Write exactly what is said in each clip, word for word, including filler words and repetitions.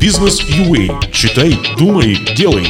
Бизнес.ua. Читай, думай, делай.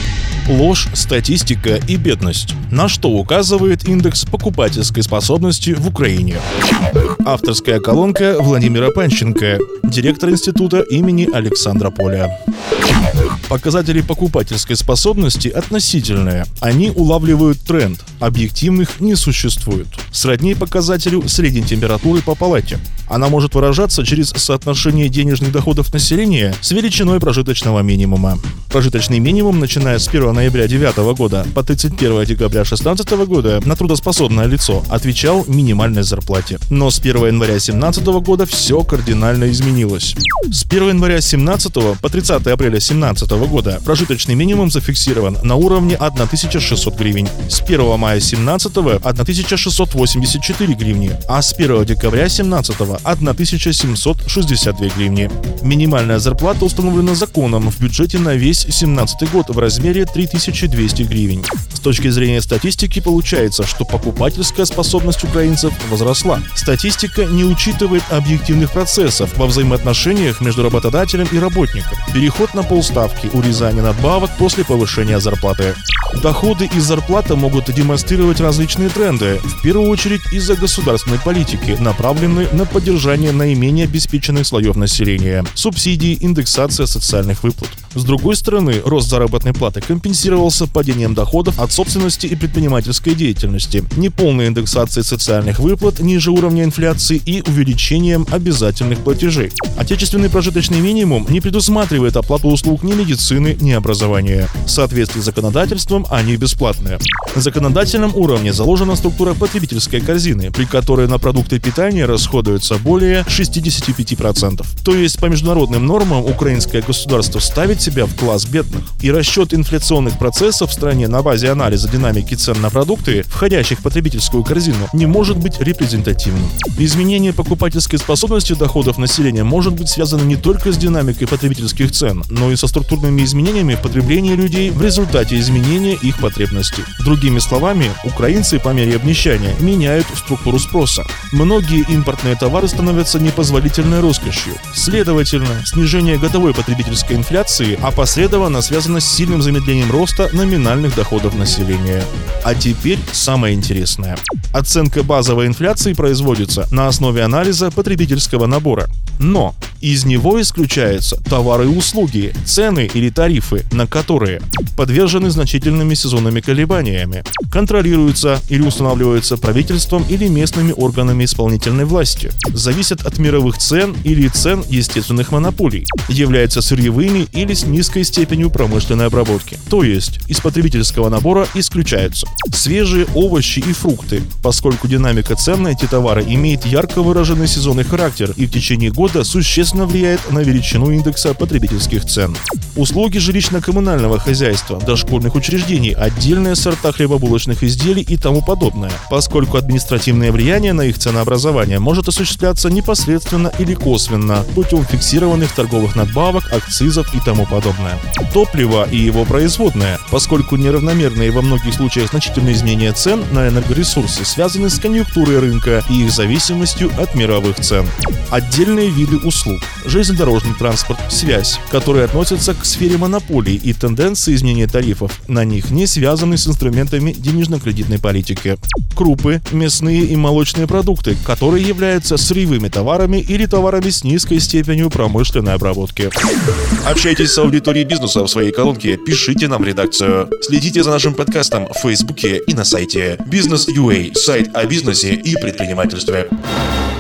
Ложь, статистика и бедность. На что указывает индекс покупательской способности в Украине? Авторская колонка Владимира Панченко, директор института имени Александра Поля. Показатели покупательской способности относительные. Они улавливают тренд. Объективных не существует. Сродни показателю средней температуры по палате. Она может выражаться через соотношение денежных доходов населения с величиной прожиточного минимума. Прожиточный минимум, начиная с первого ноября две тысячи девятого года по тридцать первого декабря две тысячи шестнадцатого года на трудоспособное лицо отвечал минимальной зарплате. Но с первого января две тысячи семнадцатого года все кардинально изменилось. С первого января две тысячи семнадцатого по тридцатое апреля две тысячи семнадцатого года прожиточный минимум зафиксирован на уровне тысяча шестьсот гривен. С первого мая две тысячи семнадцатого тысяча шестьсот восемьдесят четыре гривни, а с первого декабря две тысячи семнадцатого тысяча семьсот шестьдесят две гривни. Минимальная зарплата установлена законом в бюджете на весь две тысячи семнадцатый год в размере три тысячи двести гривен. С точки зрения статистики получается, что покупательская способность украинцев возросла. Статистика не учитывает объективных процессов во взаимоотношениях между работодателем и работником. Переход на полставки, урезание надбавок после повышения зарплаты. Доходы и зарплата могут демонстрировать различные тренды, в первую очередь из-за государственной политики, направленной на поддержание наименее обеспеченных слоев населения, субсидии, индексация социальных выплат. С другой стороны, рост заработной платы компенсировался падением доходов от собственности и предпринимательской деятельности, неполной индексацией социальных выплат ниже уровня инфляции и увеличением обязательных платежей. Отечественный прожиточный минимум не предусматривает оплату услуг ни медицины, ни образования. В соответствии с законодательством они бесплатные. На законодательном уровне заложена структура потребительской корзины, при которой на продукты питания расходуется более шестьдесят пять процентов. То есть по международным нормам украинское государство ставит себя в класс бедных. И расчет инфляционных процессов в стране на базе анализа динамики цен на продукты, входящих в потребительскую корзину, не может быть репрезентативным. Изменение покупательской способности доходов населения может быть связано не только с динамикой потребительских цен, но и со структурными изменениями потребления людей в результате изменения их потребностей. Другими словами, украинцы по мере обнищания меняют структуру спроса. Многие импортные товары становятся непозволительной роскошью. Следовательно, снижение годовой потребительской инфляции опосредованно связано с сильным замедлением роста номинальных доходов населения. А теперь самое интересное. Оценка базовой инфляции производится на основе анализа потребительского набора. Но из него исключаются товары и услуги, цены или тарифы, на которые подвержены значительными сезонными колебаниями, контролируются или устанавливаются правительством или местными органами исполнительной власти, зависят от мировых цен или цен естественных монополий, являются сырьевыми или с низкой степенью промышленной обработки. То есть из потребительского набора исключаются свежие овощи и фрукты, поскольку динамика цен на эти товары имеет ярко выраженный сезонный характер и в течение года существенно влияет на величину индекса потребительских цен. Услуги жилищно-коммунального хозяйства, дошкольных учреждений, отдельные сорта хлебобулочных изделий и тому подобное, поскольку административное влияние на их ценообразование может осуществляться непосредственно или косвенно путем фиксированных торговых надбавок, акцизов и тому подобное. Топливо и его производное, поскольку неравномерные во многих случаях значительные изменения цен на энергоресурсы связаны с конъюнктурой рынка и их зависимостью от мировых цен. Отдельные виды услуг – железнодорожный транспорт, связь, которые относятся к сфере монополий, и тенденции изменения тарифов на них не связаны с инструментами денежно-кредитной политики. Крупы, мясные и молочные продукты, которые являются сырьевыми товарами или товарами с низкой степенью промышленной обработки. Общайтесь с аудиторией бизнеса в своей колонке, пишите нам в редакцию. Следите за нашим подкастом в Фейсбуке и на сайте Бизнес.ua, сайт о бизнесе и предпринимательстве.